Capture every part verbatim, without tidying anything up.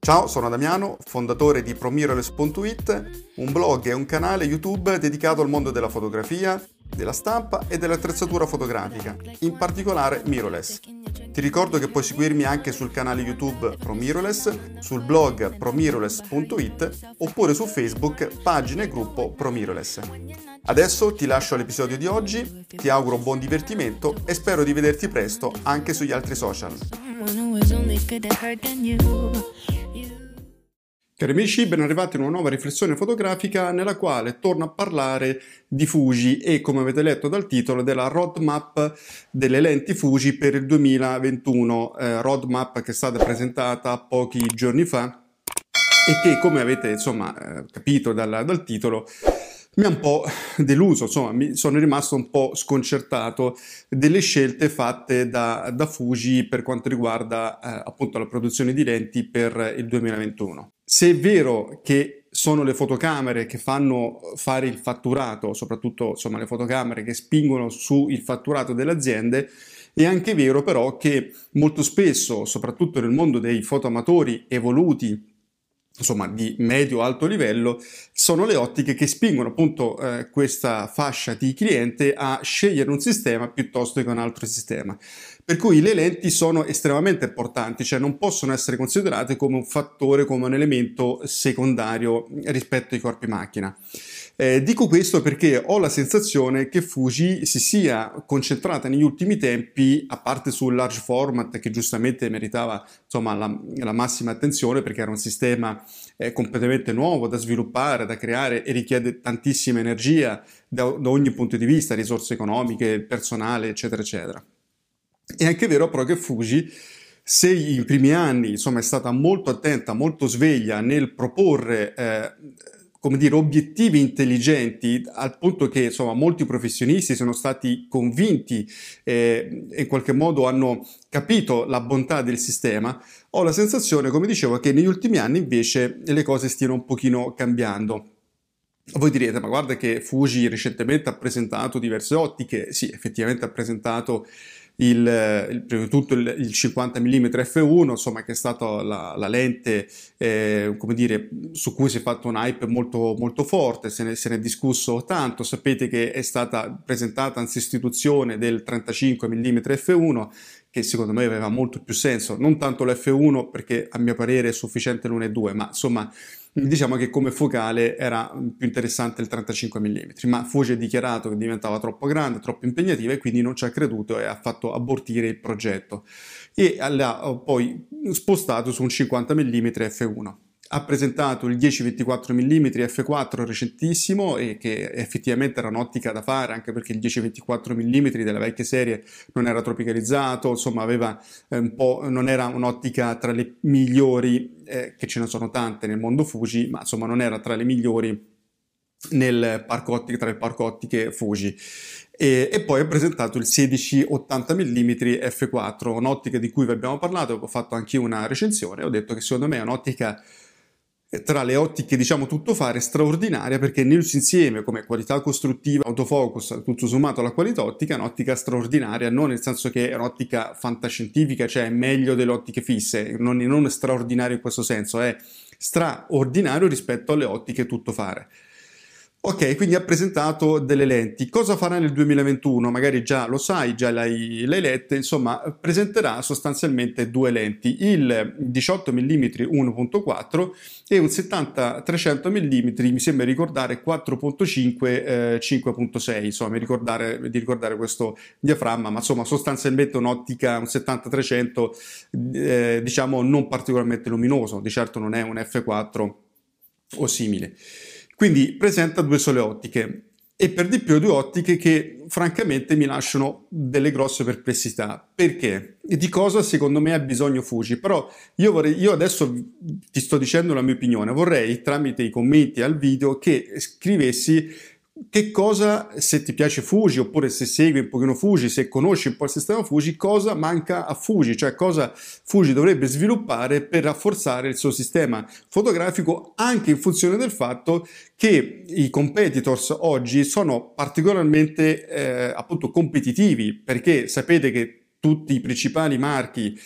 Ciao, sono Damiano, fondatore di promirrorless punto it, un blog e un canale YouTube dedicato al mondo della fotografia, della stampa e dell'attrezzatura fotografica, in particolare mirrorless. Ti ricordo che puoi seguirmi anche sul canale YouTube promirrorless, sul blog promirrorless punto it oppure su Facebook, pagina e gruppo promirrorless. Adesso ti lascio all'episodio di oggi, ti auguro buon divertimento e spero di vederti presto anche sugli altri social. Cari amici, ben arrivati in una nuova riflessione fotografica nella quale torno a parlare di Fuji e, come avete letto dal titolo, della roadmap delle lenti Fuji per il duemilaventuno, eh, roadmap che è stata presentata pochi giorni fa e che, come avete insomma eh, capito dal, dal titolo, mi ha un po' deluso, insomma mi sono rimasto un po' sconcertato delle scelte fatte da, da Fuji per quanto riguarda eh, appunto la produzione di lenti per il duemilaventuno. Se è vero che sono le fotocamere che fanno fare il fatturato, soprattutto insomma le fotocamere che spingono su il fatturato delle aziende, è anche vero però che molto spesso, soprattutto nel mondo dei fotoamatori evoluti, insomma di medio-alto livello, sono le ottiche che spingono appunto eh, questa fascia di cliente a scegliere un sistema piuttosto che un altro sistema. Per cui le lenti sono estremamente importanti, cioè non possono essere considerate come un fattore, come un elemento secondario rispetto ai corpi macchina. Eh, dico questo perché ho la sensazione che Fuji si sia concentrata negli ultimi tempi, a parte sul large format che giustamente meritava insomma la, la massima attenzione perché era un sistema eh, completamente nuovo da sviluppare, da creare e richiede tantissima energia da, da ogni punto di vista, risorse economiche, personale, eccetera, eccetera. È anche vero però che Fuji, se in primi anni insomma è stata molto attenta, molto sveglia nel proporre eh, come dire, obiettivi intelligenti, al punto che insomma molti professionisti sono stati convinti eh, e in qualche modo hanno capito la bontà del sistema, ho la sensazione, come dicevo, che negli ultimi anni invece le cose stiano un pochino cambiando. Voi direte, ma guarda che Fuji recentemente ha presentato diverse ottiche. Sì, effettivamente ha presentato il, il, prima di tutto il, il cinquanta millimetri effe uno, insomma, che è stata la, la lente eh, come dire, su cui si è fatto un hype molto, molto forte, se ne, se ne è discusso tanto. Sapete che è stata presentata in sostituzione del trentacinque millimetri effe uno, che secondo me aveva molto più senso, non tanto l'effe uno perché a mio parere è sufficiente l'uno e due, ma insomma diciamo che come focale era più interessante il trentacinque millimetri, ma Fuji ha dichiarato che diventava troppo grande, troppo impegnativa e quindi non ci ha creduto e ha fatto abortire il progetto e l'ha poi spostato su un cinquanta millimetri effe uno. Ha presentato il dieci ventiquattro millimetri effe quattro recentissimo e che effettivamente era un'ottica da fare, anche perché il dieci ventiquattro millimetri della vecchia serie non era tropicalizzato, insomma aveva un po', non era un'ottica tra le migliori, eh, che ce ne sono tante nel mondo Fuji, ma insomma non era tra le migliori nel parco ottiche, tra le parco ottiche Fuji. E, e poi ha presentato il sedici ottanta millimetri effe quattro, un'ottica di cui vi abbiamo parlato, ho fatto anche io una recensione, ho detto che secondo me è un'ottica tra le ottiche diciamo tuttofare straordinaria, perché nel suo insieme come qualità costruttiva, autofocus, tutto sommato la qualità ottica è un'ottica straordinaria, non nel senso che è un'ottica fantascientifica, cioè è meglio delle ottiche fisse, non, non è straordinario in questo senso, è straordinario rispetto alle ottiche tuttofare. Ok, quindi ha presentato delle lenti. Cosa farà nel duemilaventuno? Magari già lo sai, già l'hai, l'hai lette, insomma, presenterà sostanzialmente due lenti, il diciotto millimetri uno virgola quattro e un settanta trecento millimetri, mi sembra ricordare quattro virgola cinque eh, cinque virgola sei, insomma, mi ricordare, di ricordare questo diaframma, ma insomma, sostanzialmente un'ottica, un settanta trecento, eh, diciamo, non particolarmente luminoso, di certo non è un effe quattro o simile. Quindi presenta due sole ottiche e per di più due ottiche che francamente mi lasciano delle grosse perplessità. Perché? E di cosa secondo me ha bisogno Fuji? Però io, vorrei, io adesso ti sto dicendo la mia opinione, vorrei tramite i commenti al video che scrivessi che cosa, se ti piace Fuji oppure se segui un pochino Fuji, se conosci un po' il sistema Fuji, cosa manca a Fuji, cioè cosa Fuji dovrebbe sviluppare per rafforzare il suo sistema fotografico, anche in funzione del fatto che i competitors oggi sono particolarmente eh, appunto competitivi, perché sapete che tutti i principali marchi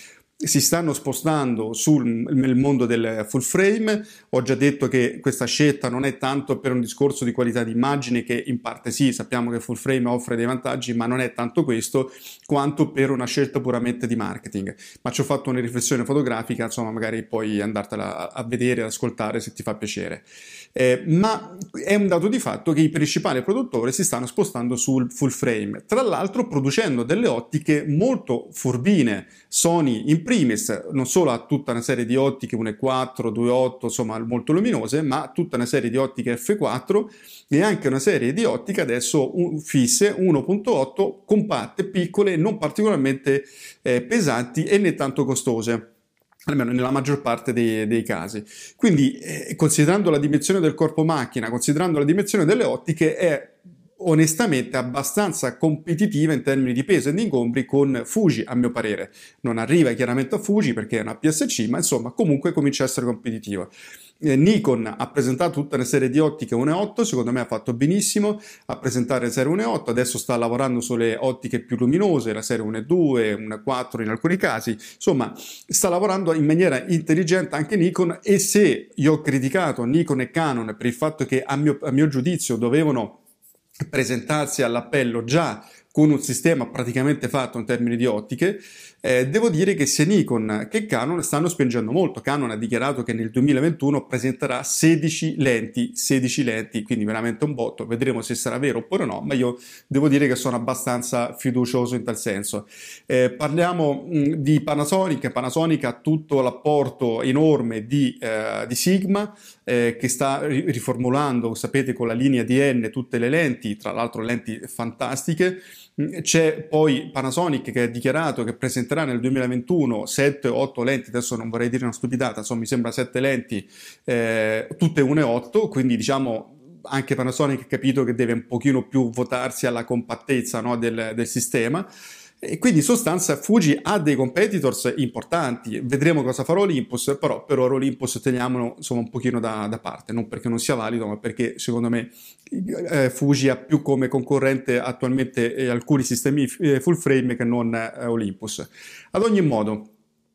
si stanno spostando sul, nel mondo del full frame. Ho già detto che questa scelta non è tanto per un discorso di qualità di immagine, che in parte sì, sappiamo che full frame offre dei vantaggi, ma non è tanto questo, quanto per una scelta puramente di marketing. Ma ci ho fatto una riflessione fotografica, insomma magari puoi andartela a vedere, ad ascoltare se ti fa piacere. Eh, ma è un dato di fatto che i principali produttori si stanno spostando sul full frame, tra l'altro producendo delle ottiche molto furbine. Sony in primis non solo ha tutta una serie di ottiche uno virgola quattro, due virgola otto, insomma molto luminose, ma tutta una serie di ottiche effe quattro e anche una serie di ottiche adesso fisse uno virgola otto, compatte, piccole, non particolarmente eh, pesanti e né tanto costose, almeno nella maggior parte dei, dei casi. Quindi, eh, considerando la dimensione del corpo macchina, considerando la dimensione delle ottiche, è onestamente abbastanza competitiva in termini di peso e di ingombri con Fuji, a mio parere. Non arriva chiaramente a Fuji perché è una P S C, ma insomma comunque comincia a essere competitiva. Eh, Nikon ha presentato tutta una serie di ottiche uno virgola otto, secondo me ha fatto benissimo a presentare la serie uno virgola otto, adesso sta lavorando sulle ottiche più luminose, la serie uno virgola due, uno virgola quattro in alcuni casi, insomma sta lavorando in maniera intelligente anche Nikon. E se io ho criticato Nikon e Canon per il fatto che a mio, a mio giudizio dovevano presentarsi all'appello già con un sistema praticamente fatto in termini di ottiche, eh, devo dire che sia Nikon che Canon stanno spingendo molto. Canon ha dichiarato che nel duemilaventuno presenterà sedici lenti, sedici lenti, quindi veramente un botto. Vedremo se sarà vero oppure no, ma io devo dire che sono abbastanza fiducioso in tal senso. Eh, parliamo mh, di Panasonic. Panasonic ha tutto l'apporto enorme di, eh, di Sigma, eh, che sta ri- riformulando, sapete, con la linea D N tutte le lenti, tra l'altro lenti fantastiche. C'è poi Panasonic che ha dichiarato che presenterà nel duemilaventuno sette o otto lenti, adesso non vorrei dire una stupidata, insomma mi sembra sette lenti, eh, tutte uno virgola otto, quindi diciamo anche Panasonic ha capito che deve un pochino più votarsi alla compattezza, no, del, del sistema. E quindi in sostanza Fuji ha dei competitors importanti. Vedremo cosa farà Olympus, però per ora Olympus teniamolo insomma un pochino da, da parte, non perché non sia valido, ma perché secondo me eh, Fuji ha più come concorrente attualmente eh, alcuni sistemi eh, full frame che non eh, Olympus. Ad ogni modo,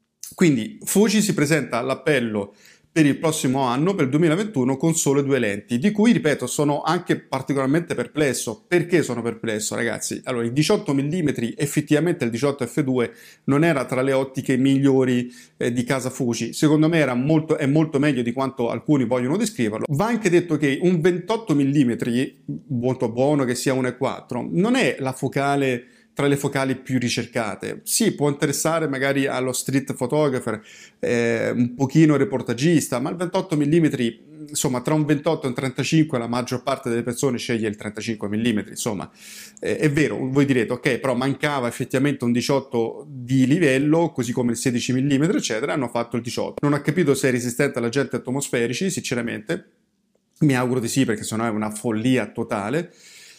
quindi Fuji si presenta all'appello per il prossimo anno, per il duemilaventuno, con sole due lenti, di cui, ripeto, sono anche particolarmente perplesso. Perché sono perplesso, ragazzi? Allora, il diciotto millimetri, effettivamente il diciotto effe due non era tra le ottiche migliori eh, di casa Fuji. Secondo me era molto, è molto meglio di quanto alcuni vogliono descriverlo. Va anche detto che un ventotto millimetri, molto buono che sia uno virgola quattro, non è la focale tra le focali più ricercate. Sì, può interessare magari allo street photographer, eh, un pochino reportagista, ma il ventotto millimetri, insomma, tra un ventotto e un trentacinque la maggior parte delle persone sceglie il trentacinque millimetri, insomma, eh, è vero, voi direte, ok, però mancava effettivamente un diciotto di livello, così come il sedici millimetri, eccetera, hanno fatto il diciotto. Non ho capito se è resistente agli agenti atmosferici, sinceramente, mi auguro di sì, perché sennò è una follia totale.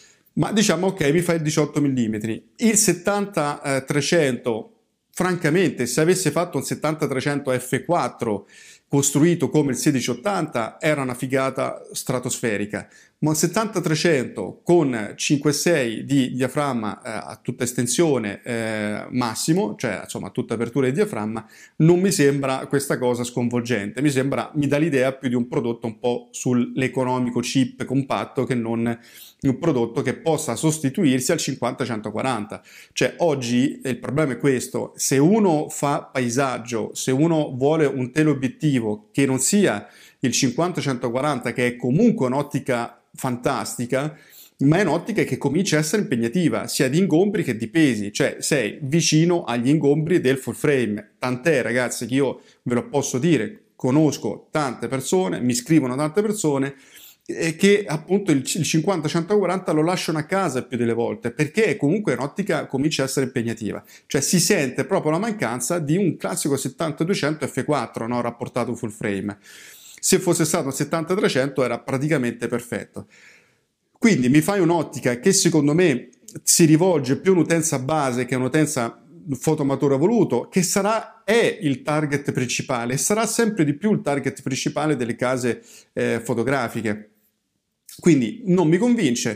Ma diciamo ok, mi fa il diciotto millimetri. Il settanta trecento, francamente, se avesse fatto un settanta trecento effe quattro costruito come il sedici ottanta era una figata stratosferica, ma un settanta trecento con cinque virgola sei di diaframma eh, a tutta estensione eh, massimo, cioè insomma a tutta apertura di diaframma, non mi sembra questa cosa sconvolgente. Mi sembra, mi dà l'idea più di un prodotto un po' sull'economico chip compatto che non un prodotto che possa sostituirsi al cinquanta centoquaranta. Cioè oggi il problema è questo: se uno fa paesaggio, se uno vuole un teleobiettivo che non sia il cinquanta centoquaranta, che è comunque un'ottica fantastica, ma è un'ottica che comincia a essere impegnativa sia di ingombri che di pesi, cioè sei vicino agli ingombri del full frame. Tant'è, ragazzi, che io ve lo posso dire, conosco tante persone, mi scrivono tante persone e che appunto il cinquanta centoquaranta lo lasciano a casa più delle volte, perché comunque un'ottica comincia a essere impegnativa, cioè si sente proprio la mancanza di un classico settanta duecento effe quattro, no, rapportato full frame. Se fosse stato un settanta trecento era praticamente perfetto. Quindi mi fai un'ottica che secondo me si rivolge più a un'utenza base che a un'utenza fotoamatore evoluto, che sarà, è il target principale e sarà sempre di più il target principale delle case eh, fotografiche. Quindi non mi convince.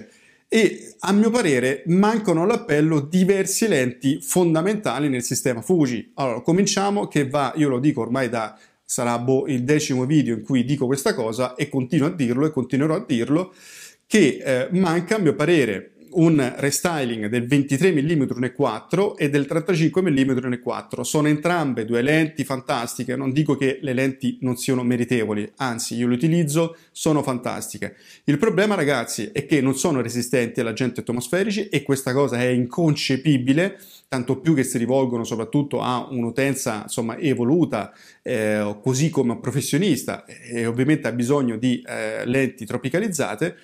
e a mio parere mancano all'appello diverse lenti fondamentali nel sistema Fuji. Allora, cominciamo che va, io lo dico ormai da, sarà boh, il decimo video in cui dico questa cosa e continuo a dirlo e continuerò a dirlo, che eh, manca a mio parere un restyling del ventitré millimetri uno virgola quattro e del trentacinque millimetri uno virgola quattro. Sono entrambe due lenti fantastiche, non dico che le lenti non siano meritevoli, anzi io le utilizzo, sono fantastiche. Il problema, ragazzi, è che non sono resistenti all'agenti atmosferici e questa cosa è inconcepibile, tanto più che si rivolgono soprattutto a un'utenza insomma evoluta, eh, così come un professionista, e ovviamente ha bisogno di eh, lenti tropicalizzate.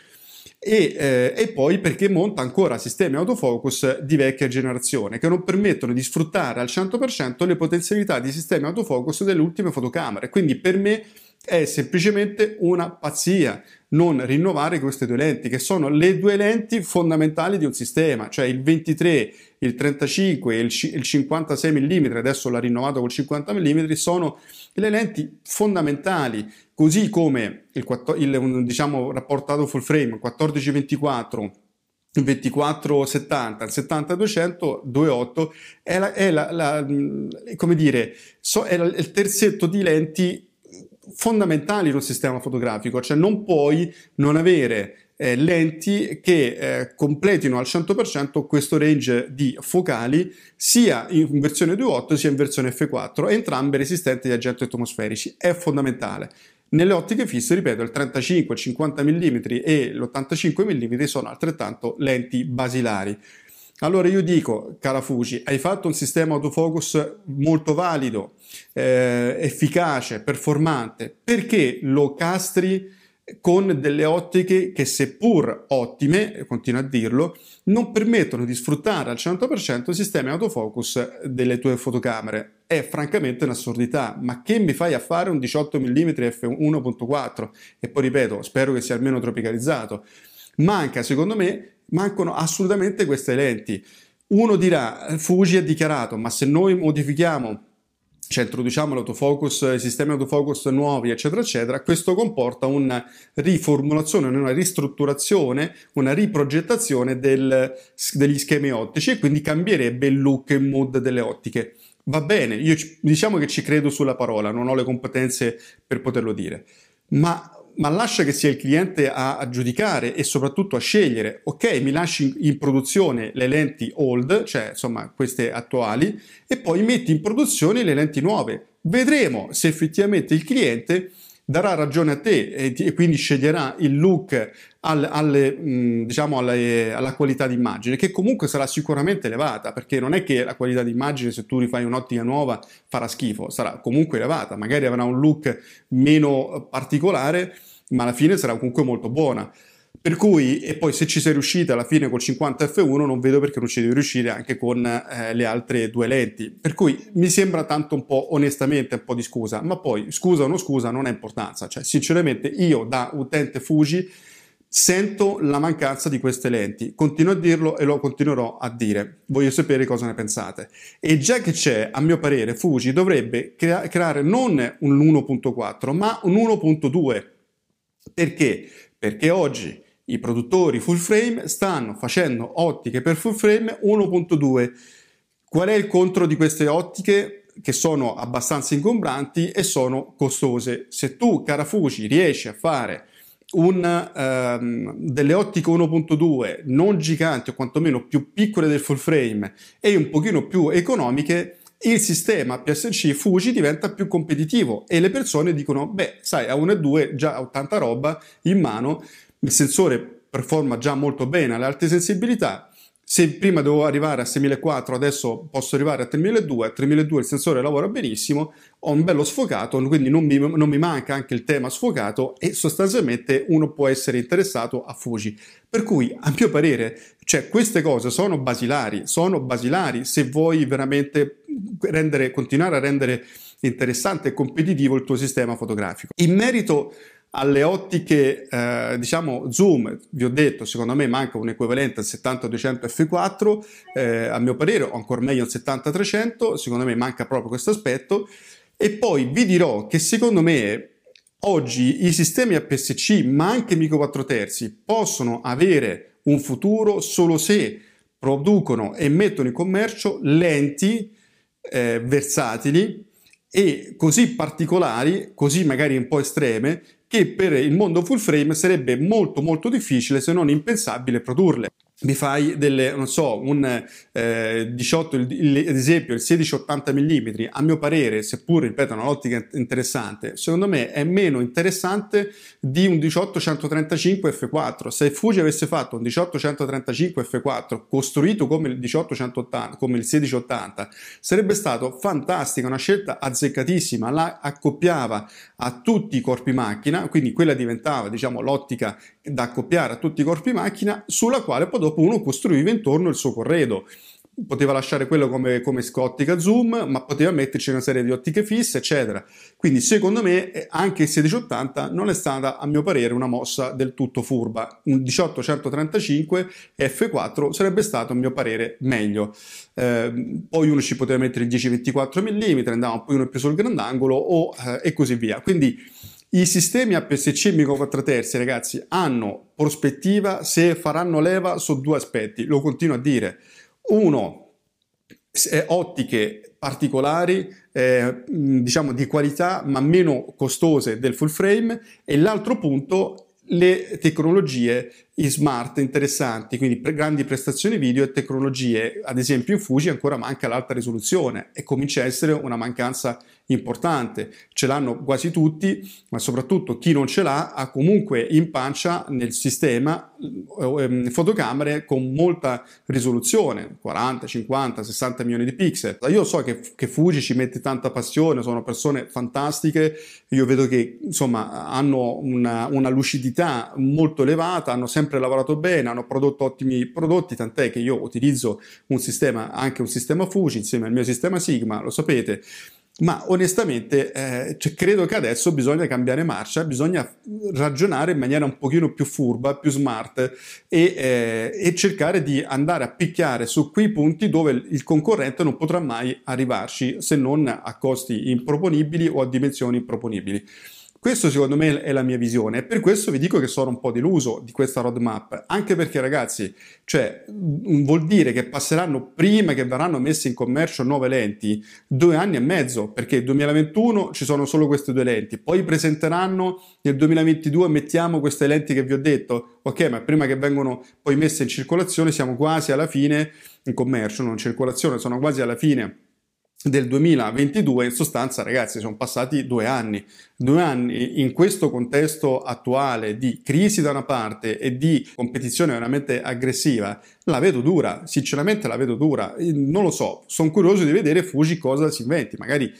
E, eh, e poi perché monta ancora sistemi autofocus di vecchia generazione che non permettono di sfruttare al cento per cento le potenzialità di sistemi autofocus delle ultime fotocamere. Quindi per me è semplicemente una pazzia non rinnovare queste due lenti, che sono le due lenti fondamentali di un sistema, cioè il ventitré, il trentacinque e il cinquantasei millimetri, adesso l'ha rinnovato col cinquanta millimetri, sono le lenti fondamentali, così come il, il diciamo, rapportato full frame quattordici ventiquattro, ventiquattro settanta, il settanta duecento, due virgola otto è, la, è, la, la, come dire, so, è il terzetto di lenti fondamentali in un sistema fotografico, cioè non puoi non avere eh, lenti che eh, completino al cento per cento questo range di focali sia in versione due virgola otto sia in versione effe quattro, entrambe resistenti agli agenti atmosferici. È fondamentale. Nelle ottiche fisse, ripeto, il trentacinque, il cinquanta millimetri e l'ottantacinque millimetri sono altrettanto lenti basilari. Allora io dico, cara Fuji, hai fatto un sistema autofocus molto valido, eh, efficace, performante, perché lo castri con delle ottiche che, seppur ottime, continuo a dirlo, non permettono di sfruttare al cento per cento i sistemi autofocus delle tue fotocamere? È francamente un'assurdità. Ma che mi fai a fare un diciotto millimetri effe uno punto quattro? E poi ripeto, spero che sia almeno tropicalizzato. Manca, secondo me, mancano assolutamente queste lenti. Uno dirà, Fuji ha dichiarato, ma se noi modifichiamo, cioè introduciamo l'autofocus, i sistemi autofocus nuovi, eccetera, eccetera, questo comporta una riformulazione, una ristrutturazione, una riprogettazione del, degli schemi ottici e quindi cambierebbe il look e il mood delle ottiche. Va bene, io diciamo che ci credo sulla parola, non ho le competenze per poterlo dire, ma ma lascia che sia il cliente a, a giudicare e soprattutto a scegliere. Ok, mi lasci in, in produzione le lenti old, cioè insomma queste attuali, e poi metti in produzione le lenti nuove. Vedremo se effettivamente il cliente darà ragione a te e, e quindi sceglierà il look al, alle, mh, diciamo alle, alla qualità d'immagine, che comunque sarà sicuramente elevata, perché non è che la qualità d'immagine, se tu rifai un'ottica nuova, farà schifo, sarà comunque elevata, magari avrà un look meno particolare, ma alla fine sarà comunque molto buona. Per cui, e poi se ci sei riuscita alla fine col cinquanta effe uno, non vedo perché non ci devi riuscire anche con eh, le altre due lenti. Per cui mi sembra tanto un po', onestamente, un po' di scusa, ma poi scusa o non scusa non ha importanza. Cioè, sinceramente, io da utente Fuji sento la mancanza di queste lenti. Continuo a dirlo e lo continuerò a dire. Voglio sapere cosa ne pensate. E già che c'è, a mio parere, Fuji dovrebbe crea- creare non un uno punto quattro, ma un uno punto due. Perché? Perché oggi i produttori full frame stanno facendo ottiche per full frame uno punto due. Qual è il contro di queste ottiche? Che sono abbastanza ingombranti e sono costose. Se tu, cara Fuji, riesci a fare un, um, delle ottiche uno punto due non giganti o quantomeno più piccole del full frame e un pochino più economiche, il sistema P S C Fuji diventa più competitivo e le persone dicono, beh, sai, a uno e due già ho tanta roba in mano, il sensore performa già molto bene alle alte sensibilità, se prima dovevo arrivare a seimilaquattrocento, adesso posso arrivare a tremiladuecento, a tremiladuecento il sensore lavora benissimo, ho un bello sfocato, quindi non mi, non mi manca anche il tema sfocato e sostanzialmente uno può essere interessato a Fuji. Per cui, a mio parere, cioè, queste cose sono basilari, sono basilari se vuoi veramente rendere, continuare a rendere interessante e competitivo il tuo sistema fotografico. In merito alle ottiche, eh, diciamo, zoom, vi ho detto, secondo me manca un equivalente al settanta duecento effe quattro, eh, a mio parere, o ancora meglio al settanta trecento, secondo me manca proprio questo aspetto, e poi vi dirò che secondo me oggi i sistemi A P S C, ma anche micro quattro terzi, possono avere un futuro solo se producono e mettono in commercio lenti eh, versatili e così particolari, così magari un po' estreme, che per il mondo full frame sarebbe molto molto difficile, se non impensabile, produrle. Mi fai delle, non so, un eh, diciotto, il, il, ad esempio il sedici ottanta millimetri, a mio parere, seppur, ripeto, è un'ottica interessante, secondo me è meno interessante di un diciotto centotrentacinque effe quattro. Se Fuji avesse fatto un diciotto centotrentacinque effe quattro costruito come il diciotto centottanta, come il sedici ottanta, sarebbe stato fantastica, una scelta azzeccatissima, la accoppiava a tutti i corpi macchina, quindi quella diventava, diciamo, l'ottica da accoppiare a tutti i corpi macchina, sulla quale poi dopo uno costruiva intorno il suo corredo. Poteva lasciare quello come, come ottica zoom, ma poteva metterci una serie di ottiche fisse, eccetera. Quindi secondo me anche il sedici ottanta non è stata, a mio parere, una mossa del tutto furba. Un diciotto centotrentacinque effe quattro sarebbe stato, a mio parere, meglio. Eh, poi uno ci poteva mettere il dieci ventiquattro millimetri, andava un po' più sul grandangolo o, eh, e così via. Quindi i sistemi A P S C Micro quattro terzi, ragazzi, hanno prospettiva se faranno leva su due aspetti, lo continuo a dire. Uno, ottiche particolari, eh, diciamo di qualità, ma meno costose del full frame, e l'altro punto, le tecnologie smart interessanti, quindi pre- grandi prestazioni video e tecnologie, ad esempio in Fuji ancora manca l'alta risoluzione e comincia a essere una mancanza importante. Ce l'hanno quasi tutti, ma soprattutto chi non ce l'ha ha comunque in pancia nel sistema eh, fotocamere con molta risoluzione, quaranta, cinquanta, sessanta milioni di pixel. Io so che, che Fuji ci mette tanta passione, sono persone fantastiche, io vedo che insomma hanno una, una lucidità molto elevata, hanno sempre lavorato bene, hanno prodotto ottimi prodotti, tant'è che io utilizzo un sistema, anche un sistema Fuji insieme al mio sistema Sigma, lo sapete. Ma onestamente eh, cioè, credo che adesso bisogna cambiare marcia, bisogna ragionare in maniera un pochino più furba, più smart e, eh, e cercare di andare a picchiare su quei punti dove il concorrente non potrà mai arrivarci, se non a costi improponibili o a dimensioni improponibili. Questo secondo me è la mia visione e per questo vi dico che sono un po' deluso di questa roadmap, anche perché ragazzi, cioè vuol dire che passeranno, prima che verranno messe in commercio nuove lenti, due anni e mezzo, perché nel duemilaventuno ci sono solo queste due lenti, poi presenteranno nel duemilaventidue, mettiamo queste lenti che vi ho detto, ok, ma prima che vengono poi messe in circolazione siamo quasi alla fine, in commercio, non in circolazione, sono quasi alla fine del duemilaventidue. In sostanza, ragazzi, sono passati due anni. Due anni in questo contesto attuale di crisi da una parte e di competizione veramente aggressiva, la vedo dura, sinceramente la vedo dura. Non lo so, sono curioso di vedere Fuji cosa si inventi, magari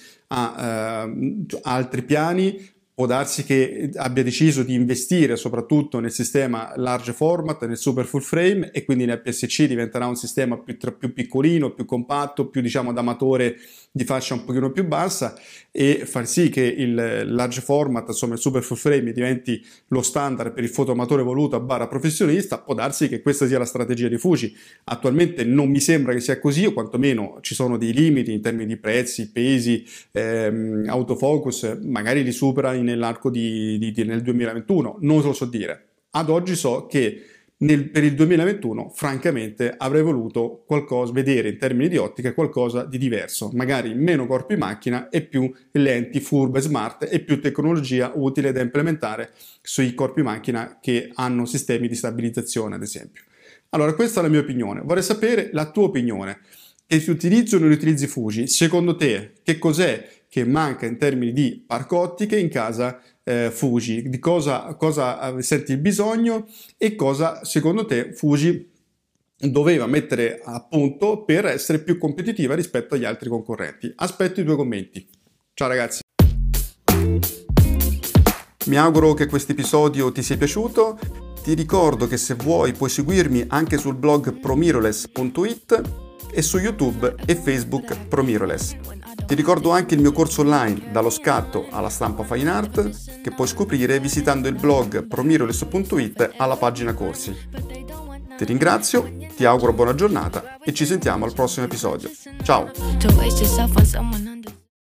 ha eh, altri piani. Può darsi che abbia deciso di investire soprattutto nel sistema large format, nel super full frame, e quindi l'A P S C diventerà un sistema più, più piccolino, più compatto, più diciamo da amatore di fascia un pochino più bassa, e far sì che il large format, insomma il super full frame, diventi lo standard per il fotoamatore voluto a barra professionista. Può darsi che questa sia la strategia di Fuji. Attualmente non mi sembra che sia così, o quantomeno ci sono dei limiti in termini di prezzi, pesi, ehm, autofocus, magari li supera nell'arco di, di, di nel duemilaventuno, non lo so dire. Ad oggi so che Nel, per il duemilaventuno, francamente, avrei voluto qualcosa, vedere in termini di ottica qualcosa di diverso, magari meno corpi macchina e più lenti furbe, smart e più tecnologia utile da implementare sui corpi macchina che hanno sistemi di stabilizzazione, ad esempio. Allora, questa è la mia opinione. Vorrei sapere la tua opinione. E se utilizzi o non utilizzi Fuji, secondo te che cos'è che manca in termini di parco ottiche in casa eh, Fuji? Di cosa, cosa senti il bisogno e cosa secondo te Fuji doveva mettere a punto per essere più competitiva rispetto agli altri concorrenti? Aspetto i tuoi commenti. Ciao ragazzi! Mi auguro che questo episodio ti sia piaciuto. Ti ricordo che se vuoi puoi seguirmi anche sul blog pro mirrorless punto it e su YouTube e Facebook Pro Mirrorless. Ti ricordo anche il mio corso online dallo scatto alla stampa fine art che puoi scoprire visitando il blog pro mirrorless punto it alla pagina corsi. Ti ringrazio, ti auguro buona giornata e ci sentiamo al prossimo episodio. Ciao!